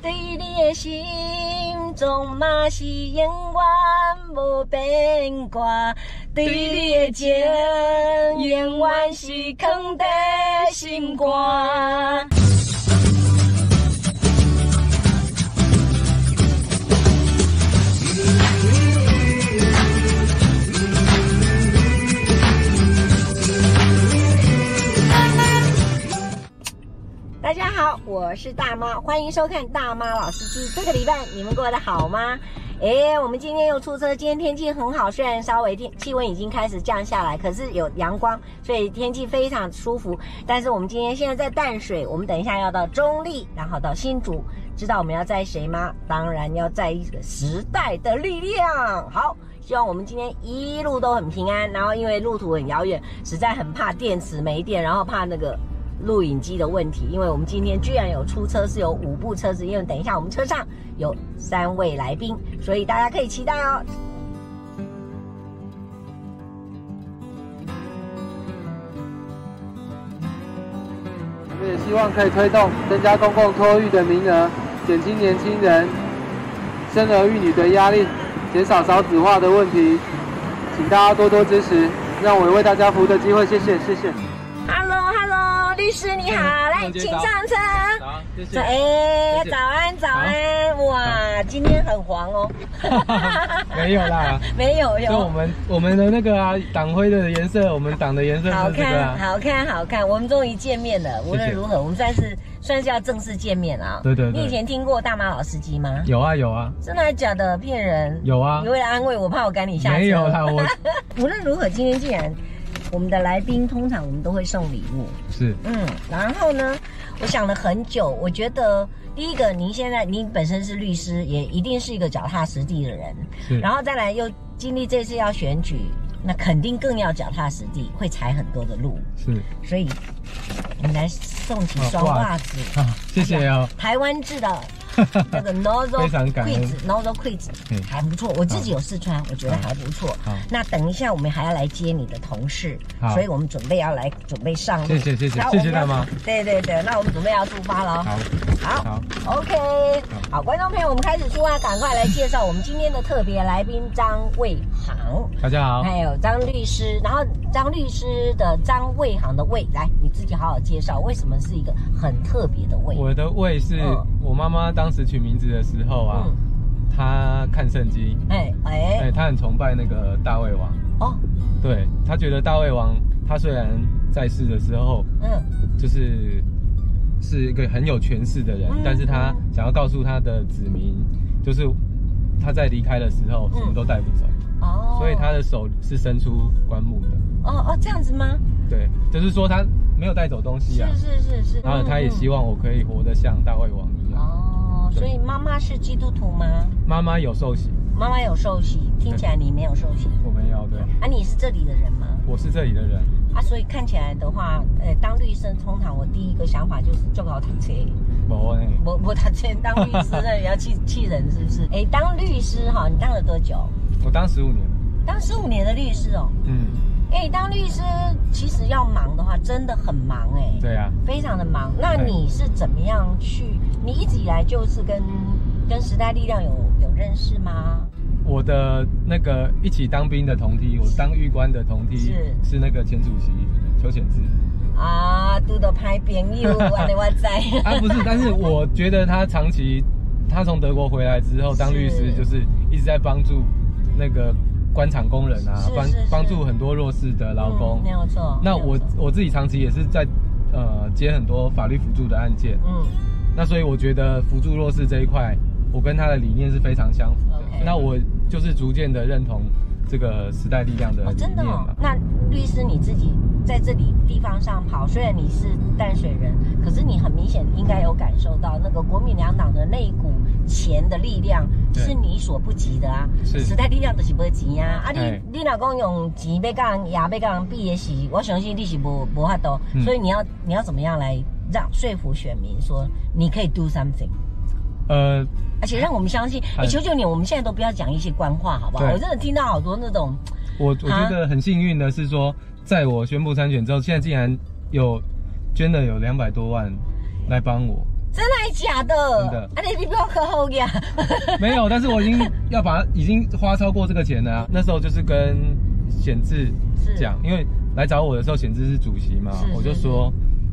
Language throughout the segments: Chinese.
对你的心中嘛是永远无变卦，对你的情永远是藏在心肝。大家好，我是大妈，欢迎收看大妈老司机。这个礼拜你们过得好吗？我们今天又出车，今天天气很好，虽然稍微气温已经开始降下来，可是有阳光，所以天气非常舒服。但是我们今天现在在淡水，我们等一下要到中立，然后到新竹。知道我们要载谁吗？当然要载一个时代的力量。好，希望我们今天一路都很平安。然后因为路途很遥远，实在很怕电池没电，然后怕那个录影机的问题，因为我们今天居然有出车，是有5部车子，因为等一下我们车上有3位来宾，所以大家可以期待哦。 我们也希望可以推动增加公共托育的名额，减轻年轻人生儿育女的压力，减少少子化的问题，请大家多多支持，让我为大家服务的机会，谢谢，谢谢。 Hello， 律师你好，来，请上车。 好，谢谢。 早安，早安，哇，今天很黄哦。 没有啦， 没有。 就我们的那个党徽的颜色，我们党的颜色好是这个啊。 好看，我们终于见面了。无论如何，我们算是要正式见面啊。 对。 你以前听过大妈老司机吗？ 有啊。 真的还是假的？骗人。 有啊。 你为了安慰我，怕我赶你下车。 没有啦， 无论如何，今天既然我们的来宾通常我们都会送礼物， 是， 然后呢，我想了很久，我觉得第一个，你本身是律师，也一定是一个脚踏实地的人， 是， 然后再来又经历这次要选举，那肯定更要脚踏实地，会踩很多的路， 是， 所以我们来送几双袜子， 谢谢哦， 台湾制的。那个 nozzle quits 还不错，我自己有试穿，我觉得还不错。那等一下我们还要来接你的同事，所以我们准备上路。谢谢大妈。对，那我们准备要出发了。好 ，OK， 好，观众朋友，我们开始出发，赶快来介绍我们今天的特别来宾张卫航。 大家好。还有张律师，然后张律师的张卫航的卫，来你自己好好介绍，为什么是一个很特别的卫？ 我的卫是我妈妈当时取名字的时候啊，她看圣经，她很崇拜那个大卫王哦，对，她觉得大卫王他虽然在世的时候，就是一个很有权势的人，但是他想要告诉他的子民，就是他在离开的时候什么都带不走，所以他的手是伸出棺木的。 这样子吗？ 对，就是说他没有带走东西啊，是，然后他也希望我可以活得像大卫王一样。 所以妈妈是基督徒吗？ 妈妈有受洗。 妈妈有受洗，听起来你没有受洗。我没有，对。 你是这里的人吗？我是这里的人。 所以看起来的话，当律师通常我第一个想法就是就好读册。我读册当律师那也要气人是不是？当律师哈，你当了多久？ 我当15年。 当15年的律师哦。当律师其实要忙的话，真的很忙对啊， 非常的忙。那你是怎么样去？你一直以来就是跟时代力量有认识吗？ 我的那个一起当兵的同梯，我当狱官的同梯是那个前主席邱显智。 拄到歹朋友，我知。 不是，但是我觉得他长期，他从德国回来之后当律师，就是一直在帮助那个官场工人啊，帮助很多弱势的劳工， 没有错。 那我自己长期也是在接很多法律辅助的案件，那所以我觉得辅助弱势这一块，我跟他的理念是非常相符的。那我就是逐渐的认同这个时代力量的理念嘛。 那律师你自己在这里地方上跑，虽然你是淡水人，可是你很明显应该有感受到那个国民两党的那一股钱的力量是你所不及的啊。时代力量就是没钱啊，你老公用钱要跟人压，要跟人比的是，我相信你是没法度，所以你要怎么样来让说服选民说你可以 do something。而且让我们相信，求求你，我们现在都不要讲一些官话，好不好？我真的听到好多那种。 我觉得很幸运的是说，在我宣布参选之后，现在竟然捐了有200多万来帮我。 真的还假的？ 真的。 啊，你不要可好呀？ 没有，但是我已经花超过这个钱了啊。那时候就是跟显智讲，因为来找我的时候，显智是主席嘛，我就说，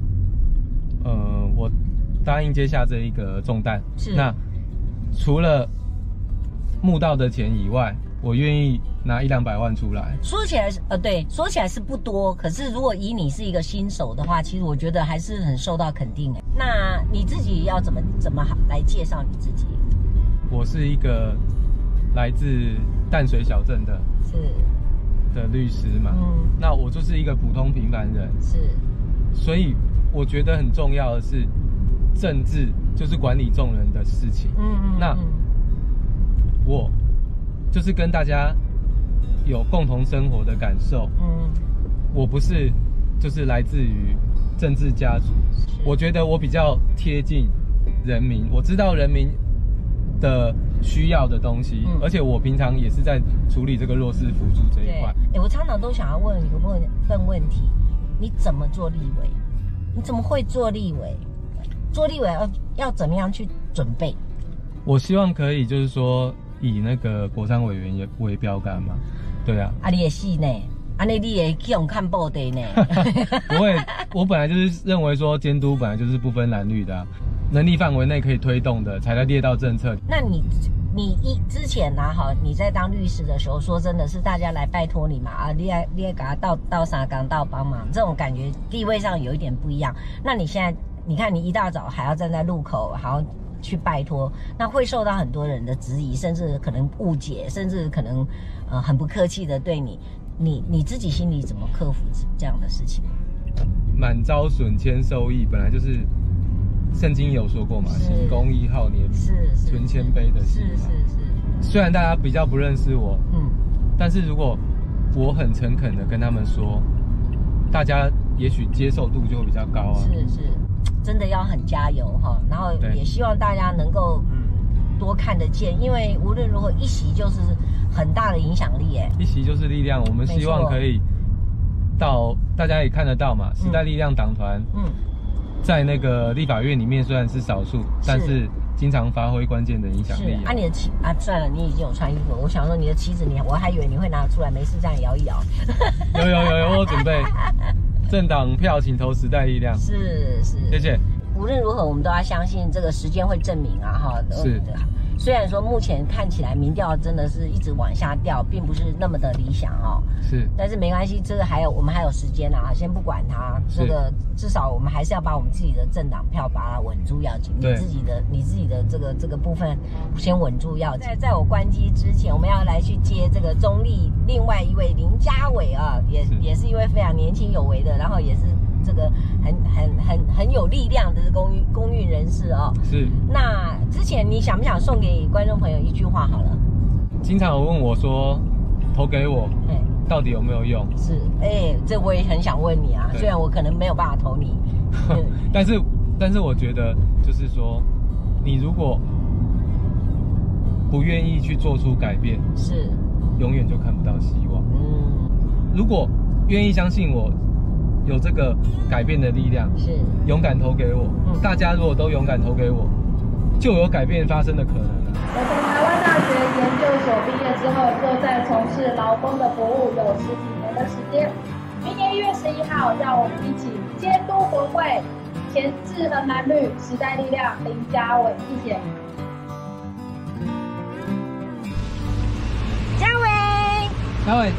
我答应接下这一个重担。是。那除了募到的钱以外，我愿意拿100-200万出来。 说起来对，说起来是不多，可是如果以你是一个新手的话，其实我觉得还是很受到肯定哎。那你自己要怎么来介绍你自己？ 我是一个来自淡水小镇的律师嘛，那我就是一个普通平凡人，所以我觉得很重要的是，政治就是管理众人的事情。那我就是跟大家有共同生活的感受。我不是就是来自于政治家族，我觉得我比较贴近人民，我知道人民的需要的东西，而且我平常也是在处理这个弱势辅助这一块。 我常常都想要问一个问题，你怎么做立委？你怎么会做立委？做立委要怎么样去准备？ 我希望可以就是说以那个国商委员为标杆嘛。对啊。啊， 你也是呢。啊，你也去用看报的呢？ 不会，我本来就是认为说监督本来就是不分蓝绿的能力范围内可以推动的，才来列到政策。那你之前你在当律师的时候，说真的是大家来拜托你嘛啊，你也给他到沙港道帮忙，这种感觉地位上有一点不一样。那你现在你看，你一大早还要站在路口，还要去拜托，那会受到很多人的质疑，甚至可能误解，甚至可能很不客气的对你。你自己心里怎么克服这样的事情？ 满招损，谦受益，本来就是圣经有说过嘛，行公义，好怜悯，存谦卑的心嘛。虽然大家比较不认识我，但是如果我很诚恳的跟他们说，大家也许接受度就会比较高啊。是， 真的要很加油哈，然后也希望大家能够多看得见，因为无论如何一席就是很大的影响力耶，一席就是力量。我们希望可以到大家也看得到嘛，时代力量党团，在那个立法院里面虽然是少数，但是经常发挥关键的影响力。 啊，你的旗啊，算了，你已经有穿衣服，我想说你的旗子我还以为你会拿出来，没事这样摇一摇。 有，我准备政党票，请投时代力量。是，谢谢。 无论如何，我们都要相信这个时间会证明啊，哈。是。虽然说目前看起来民调真的是一直往下掉，并不是那么的理想哦。但是没关系，这个我们还有时间啊，先不管它。这个至少我们还是要把我们自己的政党票把它稳住要紧。你自己的这个部分先稳住要紧。在我关机之前，我们要来去接这个中立另外一位林家伟啊，也是一位非常年轻有为的，然后也是这个很有力量的公运人士哦。那之前你想不想送给观众朋友一句话好了？ 经常有问我说，投给我，到底有没有用？ 这我也很想问你啊。虽然我可能没有办法投你， 但是我觉得就是说，你如果不愿意去做出改变，永远就看不到希望。如果愿意相信我有这个改变的力量，勇敢投给我。大家如果都勇敢投给我，就有改变发生的可能了。 我从台湾大学研究所毕业之后，又在从事劳工的服务有10几年的时间。明年1月11号，让我们一起监督国会，钳制和蓝绿时代力量林家伟，谢谢。 家伟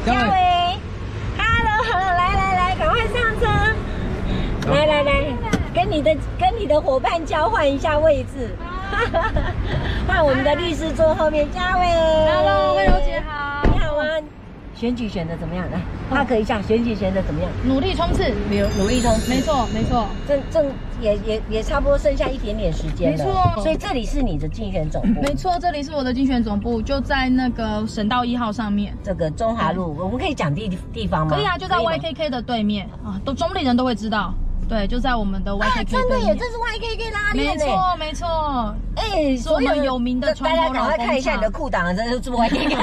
，Hello， 来，赶快上车，来，跟你的伙伴交换一下位置，换我们的律师坐后面，家伟 ，Hello， 魏柔姐好， 你好啊。选举选的怎么样？来 ，talk 一下选举选的怎么样？ 努力冲刺， 努力冲刺， 没错， 正也差不多剩下一点点时间了，没错。所以这里是你的竞选总部， 没错，这里是我的竞选总部，就在那个省道1号上面， 这个中华路，我们可以讲地方吗？ 可以啊，就在 YKK 的对面啊，中立人都会知道。对，就在我们的 YKK 真的耶，这是 YKK 拉链耶， 没错，是我们有名的传统老工厂。 大家赶快看一下你的裤裆，真的是住 YKK。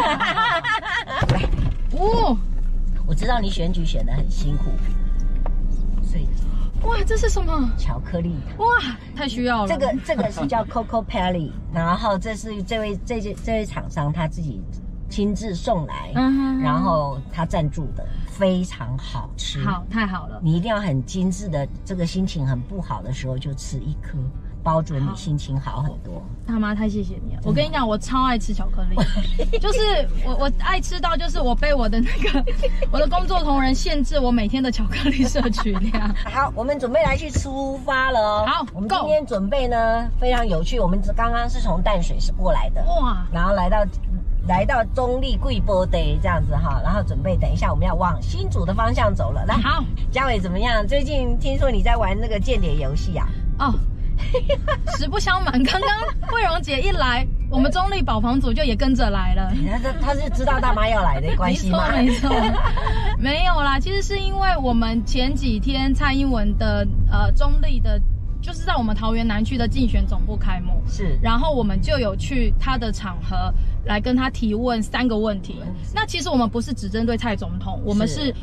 来，我知道你选举选得很辛苦，所以哇，这是什么？ 巧克力。 哇，太需要了。 这个是叫 Coco Pelli， 然后这是这位厂商他自己亲自送来，然后他赞助的，非常好吃。 好，太好了。 你一定要很精致的，这个心情很不好的时候就吃一颗，包准你心情好很多。 大妈太谢谢你了，我跟你讲，我超爱吃巧克力，就是我爱吃到，就是我被我的我的工作同仁限制我每天的巧克力摄取量。 好，我们准备来去出发了哦。 好， 我们今天准备呢非常有趣，我们刚刚是从淡水是过来的，哇，然后来到中立贵波地这样子哈，然后准备等一下我们要往新竹的方向走了。来， 好， 嘉伟怎么样？最近听说你在玩那个间谍游戏啊？哦。 实不相瞒，刚刚慧蓉姐一来，我们中立保防组就也跟着来了。 他是知道大妈要来的关系吗？ 没错，没有啦。其实是因为我们前几天蔡英文的中立的，就是在我们桃园南区的竞选总部开幕， 是， 然后我们就有去他的场合来跟他提问3个问题。那其实我们不是只针对蔡总统，我们是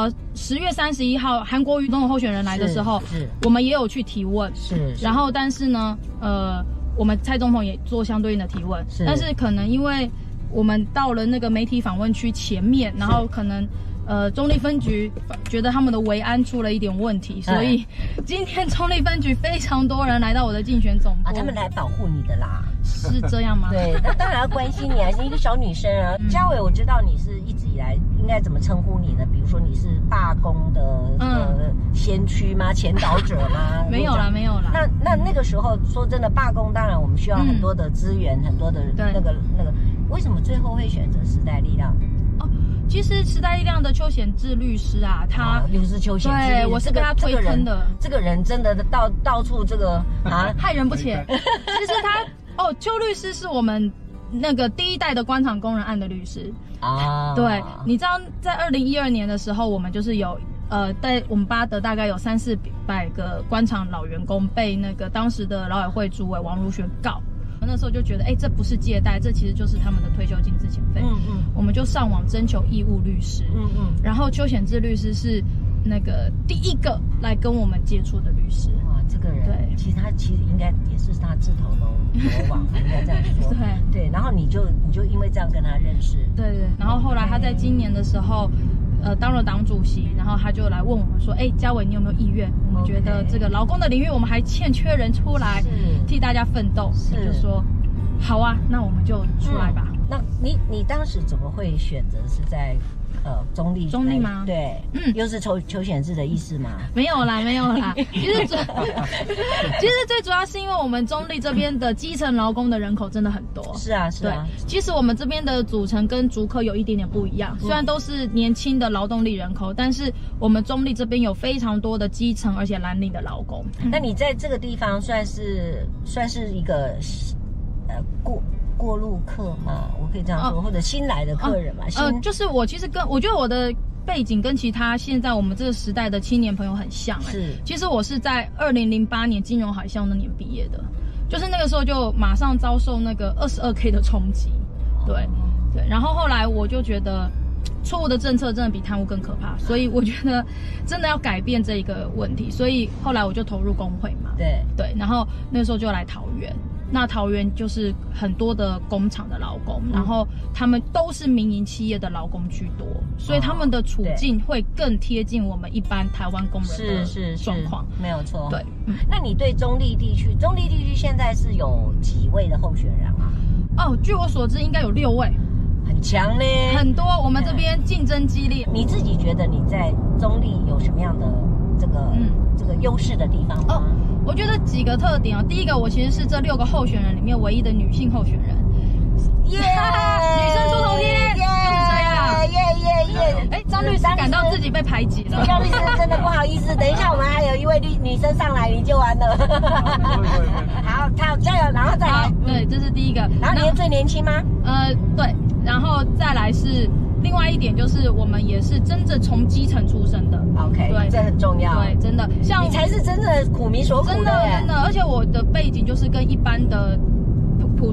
10月31号韩国瑜总统候选人来的时候，我们也有去提问，是。然后但是呢，我们蔡总统也做相对应的提问，但是可能因为我们到了那个媒体访问区前面，然后可能。中立分局觉得他们的维安出了一点问题，所以今天中立分局非常多人来到我的竞选总部， 他们来保护你的啦， 是这样吗？ 对，那当然要关心你啊，你一个小女生啊。嘉伟，我知道你是一直以来应该怎么称呼你呢？比如说你是罢工的先驱吗？前导者吗？ 没有啦，没有啦。 那个时候说真的，罢工当然我们需要很多的资源，很多的那个，为什么最后会选择时代力量？ 其实时代力量的邱显智律师啊，他又是邱显智， 对，我是被他推坑的。 这个人真的到处这个害人不浅。其实他邱律师是我们那个第一代的官场工人案的律师啊。对，你知道在2012年的时候，我们就是有在我们巴德大概有300-400个官场老员工被那个当时的劳委会主委王如玄告。那时候就觉得，这不是借贷，这其实就是他们的退休金资遣费。我们就上网征求义务律师。然后邱显智律师是那个第一个来跟我们接触的律师。 哇，这个人，对，其实应该也是他志同罗网，应该这样说。对，然后你就因为这样跟他认识。 对。然后后来他在今年的时候。当了党主席，然后他就来问我们说：“嘉伟，你有没有意愿？我们觉得这个劳工的领域，我们还欠缺人出来替大家奋斗。”就说：“好啊，那我们就出来吧。” 那你当时怎么会选择是在中立吗？ 对，又是邱显智的意思吗？ 没有啦。其实最主要是因为我们中立这边的基层劳工的人口真的很多。 是啊。对， 其实我们这边的组成跟竹科有一点点不一样，虽然都是年轻的劳动力人口，但是我们中立这边有非常多的基层而且蓝领的劳工。 那你在这个地方算是一个过路客嘛，我可以这样说，或者新来的客人嘛。 就是我其实我觉得我的背景跟其他现在我们这个时代的青年朋友很像。是，其实我是在2008年金融海啸那年毕业的，就是那个时候就马上遭受那个22K 的冲击。对，然后后来我就觉得错误的政策真的比贪污更可怕，所以我觉得真的要改变这一个问题，所以后来我就投入工会嘛。对，然后那个时候就来桃园。那桃园就是很多的工厂的劳工，然后他们都是民营企业的劳工居多，所以他们的处境会更贴近我们一般台湾工人的状况。 没有错。 对， 那你对中立地区现在是有几位的候选人啊？ 据我所知，应该有6位， 很强嘞， 很多。我们这边竞争激烈。 你自己觉得你在中立有什么样的这个优势的地方吗？ 我觉得几个特点第一个，我其实是这6个候选人里面唯一的女性候选人。女生出头天，就是这样。张律师感到自己被排挤了。 张律师真的不好意思，等一下我们还有一位女生上来，你就完了。好，加油，然后再来。 对，这是第一个。 然后你是最年轻吗？ 对，然后再来是。另外一点就是，我们也是真正从基层出身的。 OK， 对，这很重要。 对，真的，像你才是真正的苦民所苦的。 真的，而且我的背景就是跟一般的普通老百姓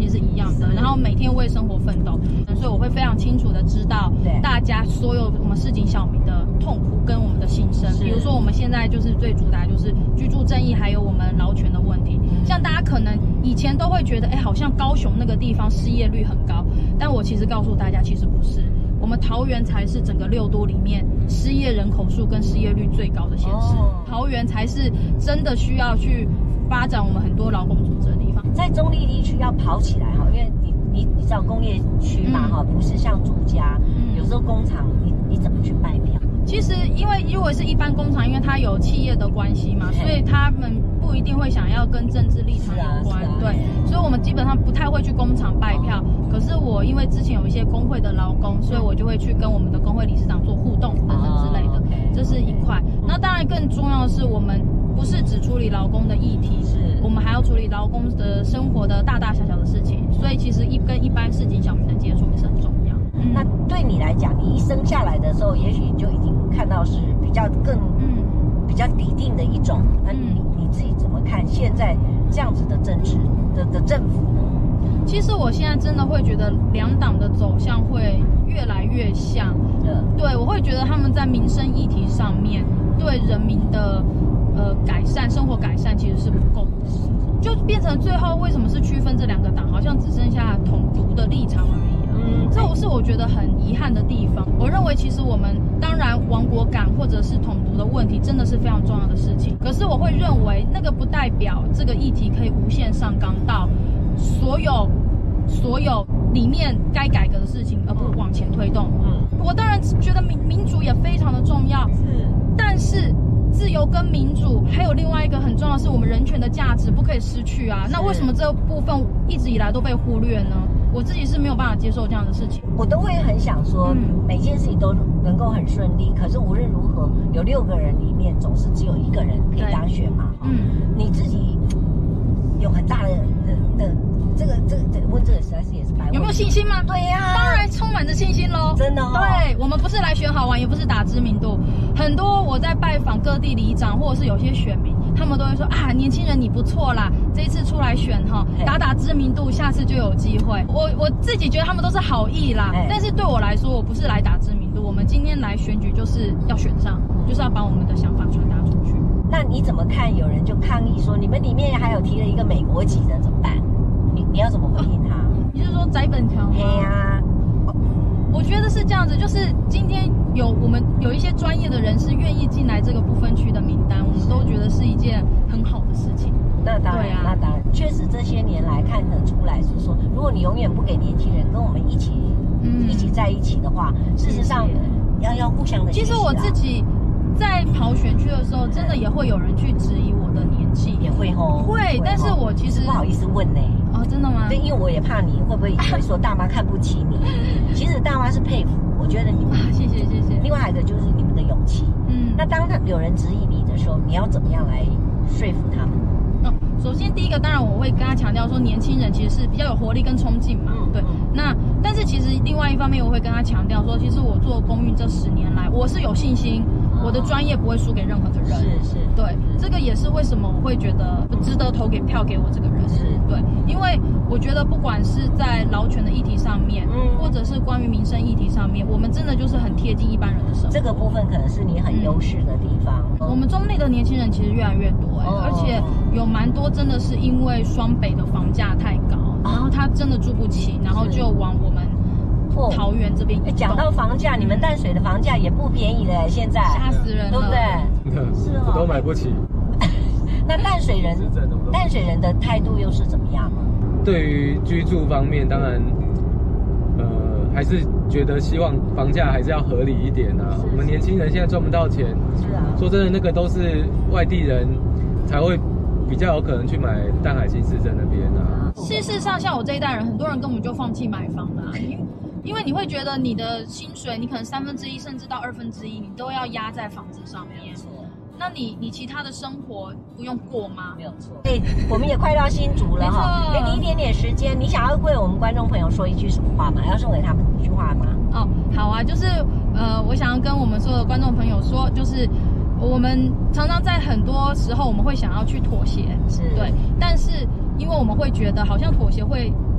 其实是一样的，然后每天为生活奋斗，所以我会非常清楚的知道大家所有我们市井小民的痛苦跟我们的心声。比如说我们现在就是最主打就是居住正义，还有我们劳权的问题。像大家可能以前都会觉得，好像高雄那个地方失业率很高，但我其实告诉大家，其实不是。我们桃园才是整个6都里面失业人口数跟失业率最高的县市，桃园才是真的需要去发展我们很多劳工组织的地方。 在中立地区要跑起来哈，因为你知道工业区嘛哈，不是像住家，有时候工厂你怎么去卖票？ 其实因为如果是一般工厂，因为它有企业的关系嘛，所以他们不一定会想要跟政治立场有关，对，所以我们基本上不太会去工厂拜票。可是我因为之前有一些工会的劳工，所以我就会去跟我们的工会理事长做互动等等之类的，这是一块。那当然更重要的是，我们不是只处理劳工的议题，我们还要处理劳工的生活的大大小小的事情，所以其实跟一般市井小民的接触也是很重要。 那对你来讲，你一生下来的时候，也许你就已经看到是比较比较底定的一种。那你自己怎么看现在这样子的政治的政府呢？ 其实我现在真的会觉得两党的走向会越来越像。对，我会觉得他们在民生议题上面对人民的改善、生活改善其实是不够的，就变成最后为什么是区分这两个党，好像只剩下统独的立场而已。这是我觉得很遗憾的地方。我认为其实我们当然亡国感或者是统独的问题真的是非常重要的事情，可是我会认为那个不代表这个议题可以无限上纲到所有里面该改革的事情，而不往前推动。我当然觉得民主也非常的重要，但是自由跟民主还有另外一个很重要的是我们人权的价值不可以失去啊。那为什么这部分一直以来都被忽略呢？我自己是没有办法接受这样的事情。 我都会很想说，每件事情都能够很顺利，可是无论如何，有6个人里面总是只有1个人可以当选嘛。你自己有很大的这个问这个实在是也是白问。 有没有信心吗？ 对呀， 当然充满着信心喽。 真的哦。 对，我们不是来选好玩，也不是打知名度。很多我在拜访各地里长，或者是有些选民，他们都会说啊，年轻人你不错啦，这一次出来选哈，打知名度，下次就有机会。我自己觉得他们都是好意啦，但是对我来说，我不是来打知名度，我们今天来选举就是要选上，就是要把我们的想法传达出去。 那你怎么看？有人就抗议说，你们里面还有提了一个美国籍的，怎么办？你要怎么回应他？ 你是说翟本强吗？ 对呀。 我觉得是这样子，就是今天我们有一些专业的人士愿意进来这个不分区的名单，我们都觉得是一件很好的事情。 那当然，那当然，确实这些年来看得出来，是说，如果你永远不给年轻人跟我们一起在一起的话，事实上要互相的。 其实我自己在跑选区的时候，真的也会有人去质疑我的年纪， 也会会，但是我其实不好意思问呢。 哦，真的吗？ 对，因为我也怕你会不会以为说大妈看不起你。其实大妈是佩服，我觉得你们谢谢。 另外一个就是你们的勇气。那当有人质疑你的时候，你要怎么样来说服他们？ 首先第一个，当然我会跟他强调说，年轻人其实是比较有活力跟冲劲嘛。对。那但是其实另外一方面，我会跟他强调说，其实我做公运这10年来，我是有信心，我的专业不会输给任何的人。 是。 对，这个也是为什么我会觉得值得投票给我这个人。对，因为我觉得不管是在劳权的议题上面，或者是关于民生议题上面，我们真的就是很贴近一般人的生活。这个部分可能是你很优势的地方。 我们中立的年轻人其实越来越多，而且有蛮多真的是因为双北的房价太高，然后他真的住不起，然后就往我们桃园这边移动。 讲到房价，你们淡水的房价也不便宜了，现在吓死人了， 对不对？ 是哦，我都买不起。 那淡水人的态度又是怎么样呢？ 对于居住方面，当然，还是觉得希望房价还是要合理一点啊。我们年轻人现在赚不到钱，说真的，那个都是外地人才会比较有可能去买淡海新市镇那边啊。 事实上，像我这一代人，很多人根本就放弃买房了，因为你会觉得你的薪水，你可能1/3甚至到1/2，你都要压在房子上面。那你其他的生活不用过吗？ 没有错。我们也快到新竹了哈，给你一点点时间，你想要为我们观众朋友说一句什么话吗？要送给他们一句话吗？ 好啊，就是我想要跟我们所有的观众朋友说，就是我们常常在很多时候我们会想要去妥协，对，但是因为我们会觉得好像妥协会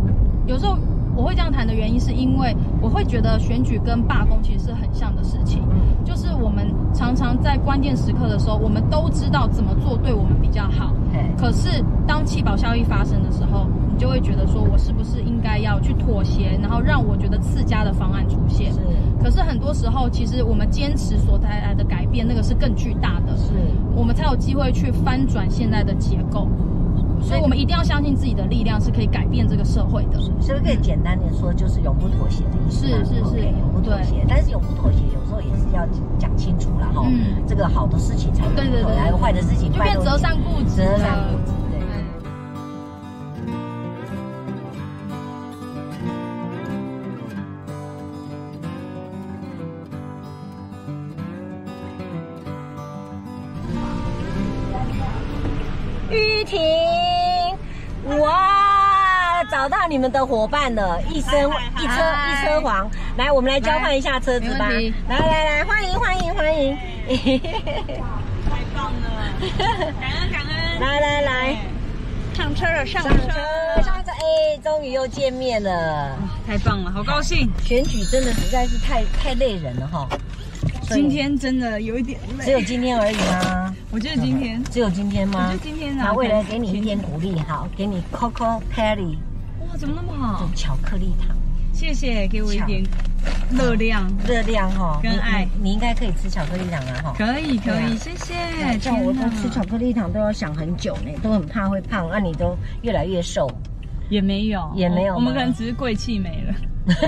有时候我会这样谈的原因，是因为我会觉得选举跟罢工其实是很像的事情，就是我们常常在关键时刻的时候，我们都知道怎么做对我们比较好，可是当弃保效益发生的时候，你就会觉得说我是不是应该要去妥协，然后让我觉得次佳的方案出现。可是很多时候，其实我们坚持所带来的改变，那个是更巨大的，我们才有机会去翻转现在的结构。所以我们一定要相信自己的力量是可以改变这个社会的。 是不是可以简单点说，就是永不妥协的意思？是，永不妥协。但是永不妥协有时候也是要讲清楚了哈。这个好的事情才永不妥协，坏的事情就变择善固执。 择善固执。玉婷，哇，找到你们的伙伴了，一车黄。来，我们来交换一下车子吧。来，欢迎。 太棒了，感恩。 来， 上车了，上车， 哎，终于又见面了， 太棒了，好高兴。 选举真的实在是太累人了哈。 今天真的有一点累， 只有今天而已吗？ 我觉得今天只有今天吗？ 我觉得今天啊， 为了给你一点鼓励，好，给你 Coco Perry， 哇，怎么那么好？ 巧克力糖， 谢谢，给我一点热量哈， 跟爱。 你应该可以吃巧克力糖啊哈。 可以，谢谢。 像我都吃巧克力糖都要想很久呢，都很怕会胖，你都越来越瘦。 也没有，我们可能只是贵气没了。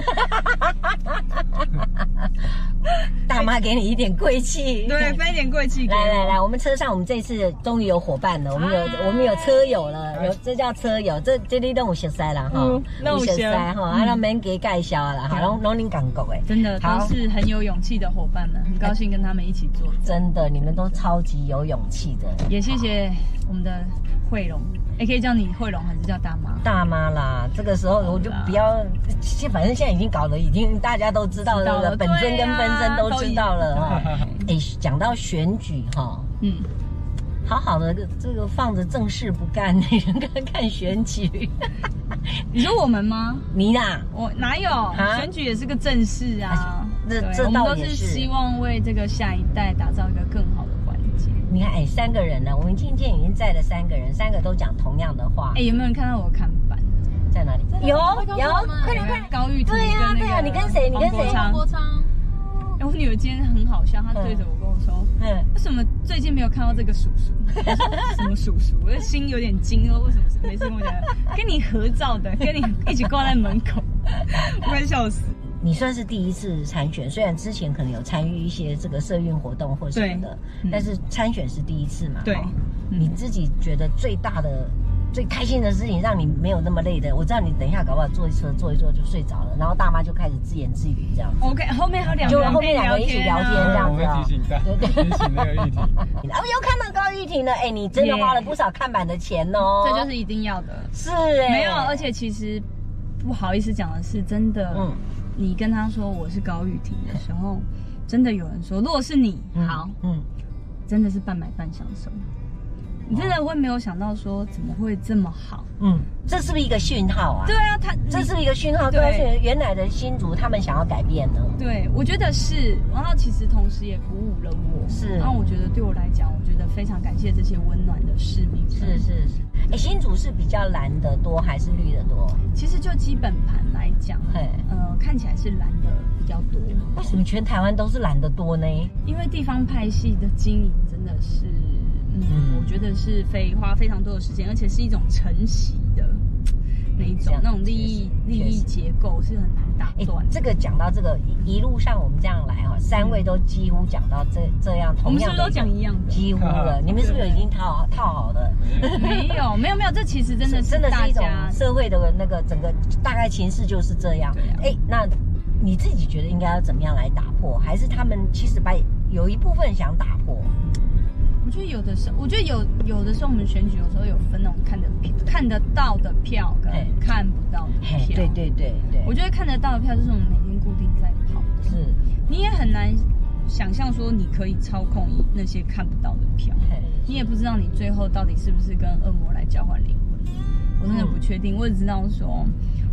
大妈给你一点贵气， 对，分一点贵气。 来，我们车上我们这次终于有伙伴了，我们有车友了，这叫车友，这里都有熟悉了哈，有熟悉哈，让免给介绍啦，哈，拢恁感觉诶， 真的都是很有勇气的伙伴们，很高兴跟他们一起做。 真的，你们都超级有勇气的， 也谢谢我们的慧蓉。可以叫你慧蓉还是叫大妈？ 大妈啦，这个时候我就不要，反正现在已经搞得已经大家都知道了，本尊跟分身都知道了哈。讲到选举哈，好好的这个放着正事不干，看选举。 你说我们吗？ 你啦， 我哪有？选举也是个正事啊。 这倒也是。 我们都是希望为这个下一代打造一个更好的环境。 你看，3个人呢，我们今天已经载了3个人，3个都讲同样的话。 有没有人看到我看板？ 在哪里？有，快点！ 高玉婷。 对呀，你跟谁？ 黄国昌。我女儿今天很好笑，她对着我跟我说：“为什么最近没有看到这个叔叔？”什么叔叔？我的心有点惊哦。为什么每次跟我讲跟你合照的，跟你一起挂在门口，我快笑死。 你算是第一次参选，虽然之前可能有参与一些这个社运活动或什么的，但是参选是第一次嘛？ 对， 你自己觉得最大的、最开心的事情，让你没有那么累的，我知道你等一下搞不好坐一坐就睡着了，然后大妈就开始自言自语这样。 OK， 后面还有就后面2个一起聊天这样子。 我们提醒一下，对，提醒那个玉婷。 又看到高玉婷了，你真的花了不少看板的钱哦。 这就是一定要的。 是没有，而且其实不好意思讲的是，真的，你跟他说我是高玉婷的时候，真的有人说，如果是你，好，真的是半买半享受。你真的会没有想到说怎么会这么好？ 这是不是一个讯号啊？ 对啊， 这是不是一个讯号？对，原来的新竹他们想要改变呢。 对，我觉得是，然后其实同时也鼓舞了我。 是， 然后我觉得对我来讲，我觉得非常感谢这些温暖的市民。 是。新竹是比较蓝的多还是绿的多？ 其实就基本盘来讲，看起来是蓝的比较多。 为什么全台湾都是蓝的多呢？ 因为地方派系的经营真的是。我觉得是花非常多的时间，而且是一种承袭的那种利益结构是很难打断。 这个讲到这个一路上我们这样来3位都几乎讲到这样同样的， 我们是不是都讲一样的？ 几乎了，你们是不是已经套好了？ 没有，这其实真的是一种社会的那个整个大概情势就是这样。那你自己觉得应该要怎么样来打破？还是他们其实有一部分想打破？ 我觉得有的时候我们选举有时候有分那种看得到的票跟看不到的票。 对。 我觉得看得到的票就是我们每天固定在跑的。是。你也很难想象说你可以操控那些看不到的票，你也不知道你最后到底是不是跟恶魔来交换灵魂。我真的不确定，我只知道说，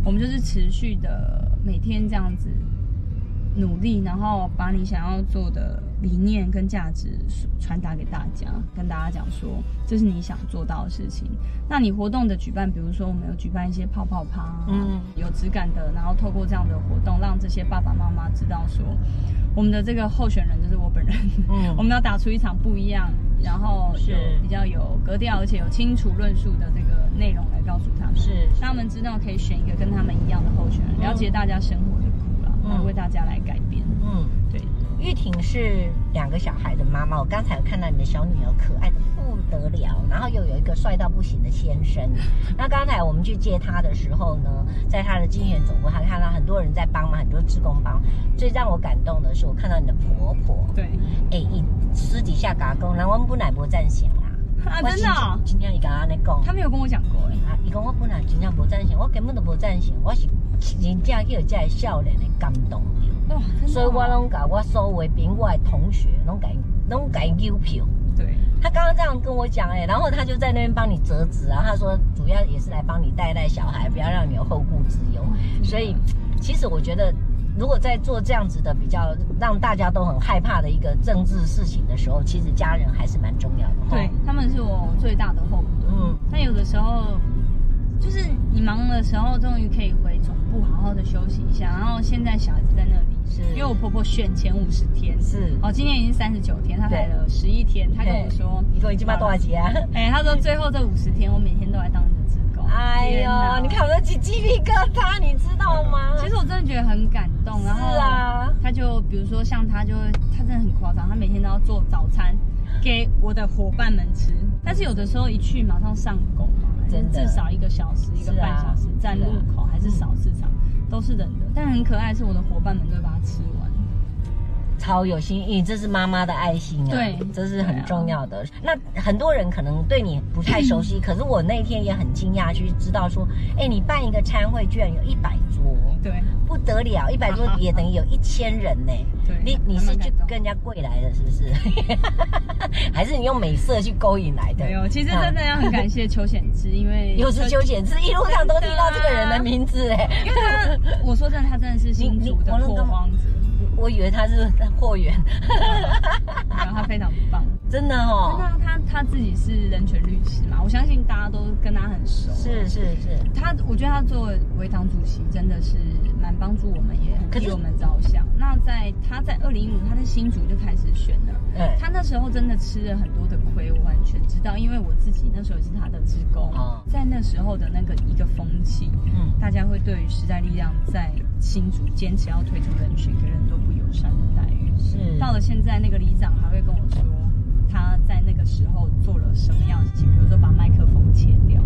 我们就是持续的每天这样子努力，然后把你想要做的理念跟价值传达给大家，跟大家讲说这是你想做到的事情。那你活动的举办，比如说我们有举办一些泡泡趴，有质感的，然后透过这样的活动，让这些爸爸妈妈知道说，我们的这个候选人就是我本人，我们要打出一场不一样，然后有比较有格调，而且有清楚论述的这个内容来告诉他们，让他们知道可以选一个跟他们一样的候选人，了解大家生活的苦啦，来为大家来改变。对。 玉婷是2个小孩的妈妈，我刚才有看到你的小女儿可爱的不得了，然后又有一个帅到不行的先生。那刚才我们去接她的时候呢，在她的竞选总部，她看到很多人在帮忙，很多志工帮。最让我感动的是，我看到你的婆婆， 对， 私底下跟我讲，我们本来无赞成啦。 真的哦？ 今天伊跟我讲， 他没有跟我讲过伊讲我本来真正无赞成，我根本都无赞成，我是真正去有这个少年的感动到。所以我拢甲我所有朋我的同学拢甲伊邮票。 对， 他刚刚这样跟我讲然后他就在那边帮你折纸啊，他说主要也是来帮你带小孩，不要让你有后顾之忧。所以其实我觉得，如果在做这样子的比较让大家都很害怕的一个政治事情的时候，其实家人还是蛮重要的。 对，他们是我最大的后盾。但有的时候就是你忙的时候，终于可以回总部好好的休息一下。然后现在小孩子在那里，因为我婆婆选前50天，今天已经39天，她来了11天。她跟我说， 你说已经把多少集啊？ 她说最后这50天，我每天都来当你的志工。 哎呦，你看我都起鸡皮疙瘩，你知道吗？ 其实我真的觉得很感动。然后她就比如说像她真的很夸张，她每天都要做早餐给我的伙伴们吃，但是有的时候一去马上上工嘛，至少1个小时、1个半小时，站路口还是扫市场，都是人的。但很可爱是我的伙伴们都会把它吃完， 超有心意，这是妈妈的爱心啊！对，这是很重要的。那很多人可能对你不太熟悉，可是我那天也很惊讶，去知道说，你办一个餐会居然有100桌， 对， 不得了，100桌也等于有1000人呢。对，你是就跟人家跪来的，是不是？还是你用美色去勾引来的？ 没有，其实真的要很感谢邱显志，因为又是邱显志，一路上都听到这个人的名字因为我说真的，他真的是新竹的拓荒者。 我以为他是货源， 他非常棒， 真的哦。 他自己是人权律师嘛，我相信大家都跟他很熟。是。我觉得他作为维党主席真的是蛮帮助我们，也很替我们着想。那他在2015他在新竹就开始选了，他那时候真的吃了很多的亏，我完全知道，因为我自己那时候也是他的志工，在那时候的那个一个风气，大家会对于时代力量在新竹坚持要推出人权，给人都不友善的待遇。是到了现在，那个里长还会跟我说，他在那个时候做了什么样的事情，比如说把麦克风切掉。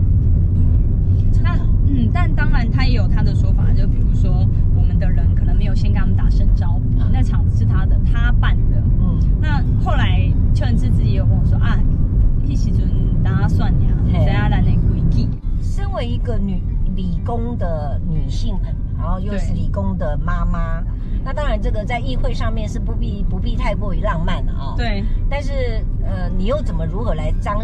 但当然他也有他的说法，就比如说我们的人可能没有先跟他们打声招呼，那场子是他的，他办的。那后来邱显志自己也有跟我说啊，那时阵大家算呀，谁要来那规矩。 身为一个理工的女性，然后又是理工的妈妈，那当然这个在议会上面是不必太过于浪漫了啊。 对。 但是你又如何来彰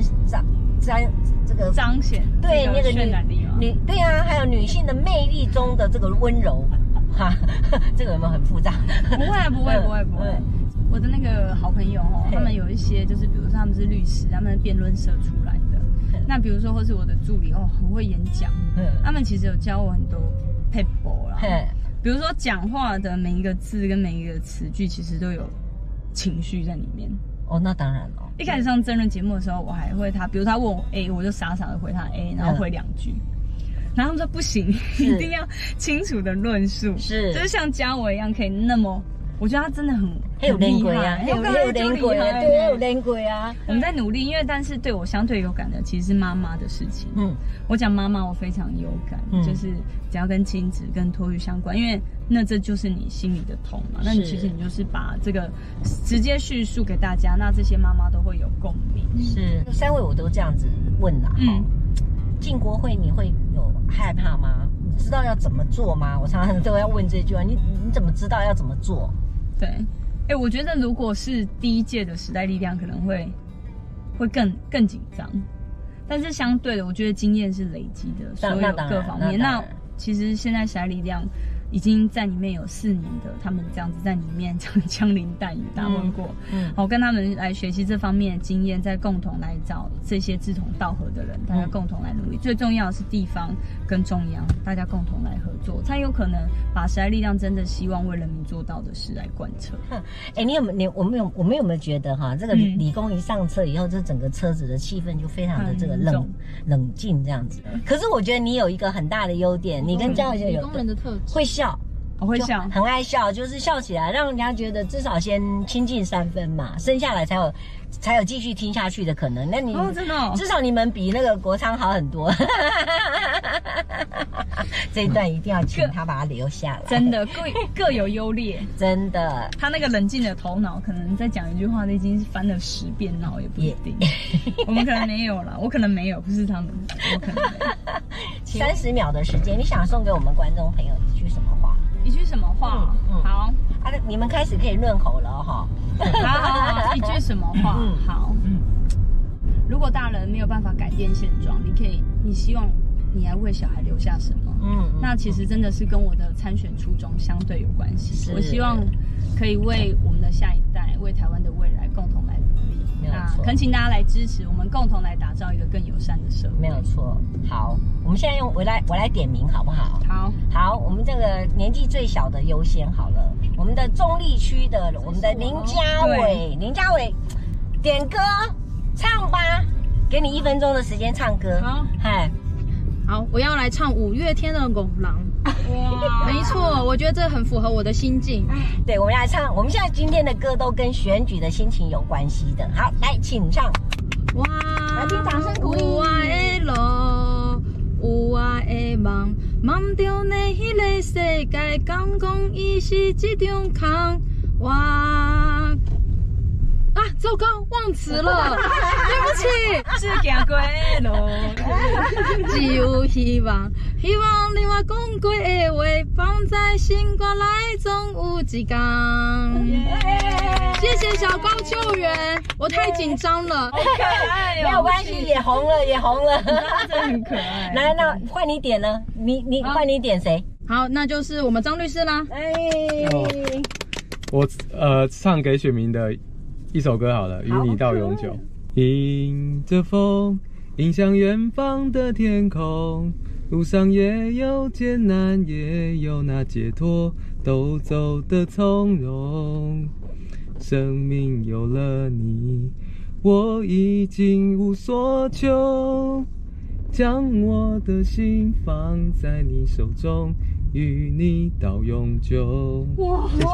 显对那个对啊，还有女性的魅力中的这个温柔哈，这个有没有很复杂？ 不会。我的那个好朋友他们有一些就是比如说他们是律师，他们辩论社出来的。那比如说或是我的助理很会演讲，他们其实有教我很多撇步啦。比如说讲话的每一个字跟每一个词句，其实都有情绪在里面。 那当然了。 一开始上真人节目的时候，我还会比如他问我 A， 我就傻傻的回他 A， 然后回2句。然后他们说不行，一定要清楚的论述，就是像嘉伟一样可以那么。我觉得他真的很有练过啊，有练过啊，对，有练过啊。 我们在努力，因为但是对我相对有感的其实是妈妈的事情。我讲妈妈，我非常有感，就是只要跟亲子、跟托育相关，因为这就是你心里的痛嘛。那你其实你就是把这个直接叙述给大家，那这些妈妈都会有共鸣。 是3位我都这样子问啦。进国会你会有害怕吗？你知道要怎么做吗？我常常都要问这句话，你怎么知道要怎么做？ 对，我觉得如果是第1届的时代力量，可能会更紧张，但是相对的，我觉得经验是累积的，所有各方面。那其实现在时代力量已经在里面有4年的，他们这样子在里面枪林弹雨打混过，我跟他们来学习这方面的经验，再共同来找这些志同道合的人，大家共同来努力。最重要的是地方跟中央，大家共同来合作，才有可能把时代力量真的希望为人民做到的事来贯彻。 我们有没有觉得哈，这个理工一上车以后，这整个车子的气氛就非常的这个冷静这样子。可是我觉得你有一个很大的优点，你跟教育理工人的特质， 会笑。 我会笑， 很爱笑，就是笑起来让人家觉得至少先亲近3分嘛，生下来才有继续听下去的可能。那你真的至少你们比那个国昌好很多。这一段一定要请他把它留下来， 真的各有优劣， 真的。 他那个冷静的头脑，可能在讲一句话，已经翻了10遍脑也不一定。我们可能没有啦，我可能没有，不是他们，我可能没有。 30秒的时间，你想送给我们观众朋友一句什么话？ 一句什么话？好啊，你们开始可以润喉了哈。 好，一句什么话？好。如果大人没有办法改变现状，你希望你还为小孩留下什么？那其实真的是跟我的参选初衷相对有关系。我希望可以为我们的下一代，为台湾的未来共同来努力。那恳请大家来支持，我们共同来打造一个更友善的社会。 没有错。好，我们现在我来点名好不好？好，我们这个年纪最小的优先好了。我们的中立区的我们的林家伟，点歌唱吧，给你1分钟的时间唱歌。 好，我要来唱5月天的《狗狼》。哇，没错，我觉得这很符合我的心境。 对，我们来唱。我们现在今天的歌都跟选举的心情有关系的。好，来，请唱。 哇， 来听掌声鼓励。 有我的路，有我的梦，梦中的迄个世界，敢讲伊是这种空。哇！糟糕，忘词了，对不起。 是行过的路， 只有希望你我讲过的话，放在心肝内，总有一天。谢谢小高救援，我太紧张了。 好可爱没有关系，也红了。 真的很可爱。 来，那换你点了，你换你点谁？ 好，那就是我们张律师啦。 我唱给选民的一首歌好了，与你到永久。迎着风，迎向远方的天空，路上也有艰难，也有那解脱，都走得从容。生命有了你，我已经无所求，将我的心放在你手中，与你到永久。 哇， 谢谢。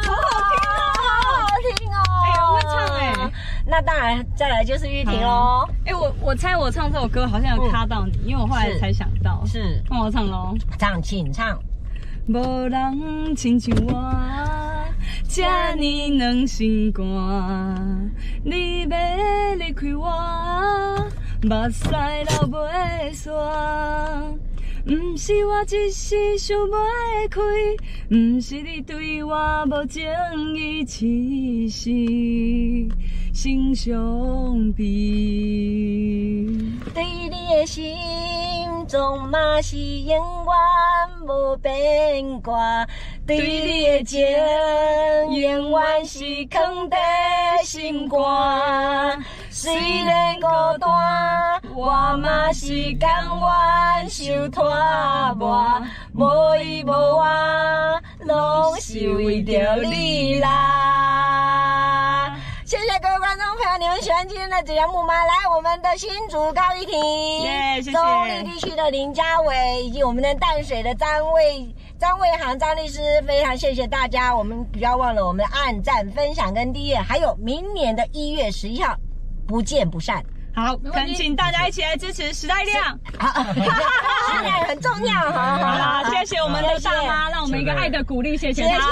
我会唱那当然，再来就是玉婷喽。 我猜我唱这首歌好像有卡到你，因为我后来才想到。 是， 换我唱喽。 请唱。 无人亲像我，这呢软心肝，你要离开我，目屎流袂煞。不是我一时想袂开，不是你对我无情义，只是心伤悲。 对你的心中嘛是永远无变卦，对你的情永远是藏在心肝。虽然孤单，我嘛是甘愿受拖磨，无依无我，拢是为着你啦。谢谢各位观众朋友，你们喜欢今天的节目吗？来，我们的新竹高玉婷， 谢谢。 中立地区的林家伟，以及我们的淡水的张卫航张律师，非常谢谢大家。我们不要忘了我们的按赞、分享跟订阅，还有明年的1月11号，不见不散。 好，恳请大家一起来支持时代力量。 时代很重要，好， 谢谢我们的大妈，让我们一个爱的鼓励，谢谢她。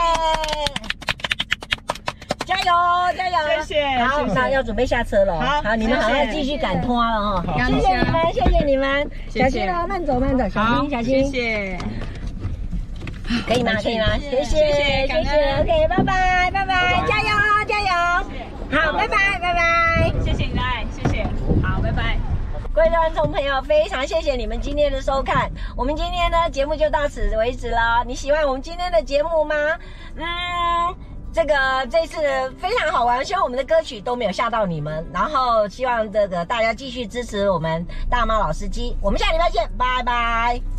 加油！谢谢。好，那要准备下车了。好，你们好像继续赶拖了哈。谢谢你们，小心哦，慢走，小心。谢谢。可以吗？谢谢。OK， 拜拜，加油！好，拜拜。 谢谢你的爱，谢谢。好，拜拜。 各位观众朋友，非常谢谢你们今天的收看。我们今天呢节目就到此为止了。你喜欢我们今天的节目吗？这次非常好玩，希望我们的歌曲都没有吓到你们。然后希望大家继续支持我们大妈老司机。我们下礼拜见，拜拜。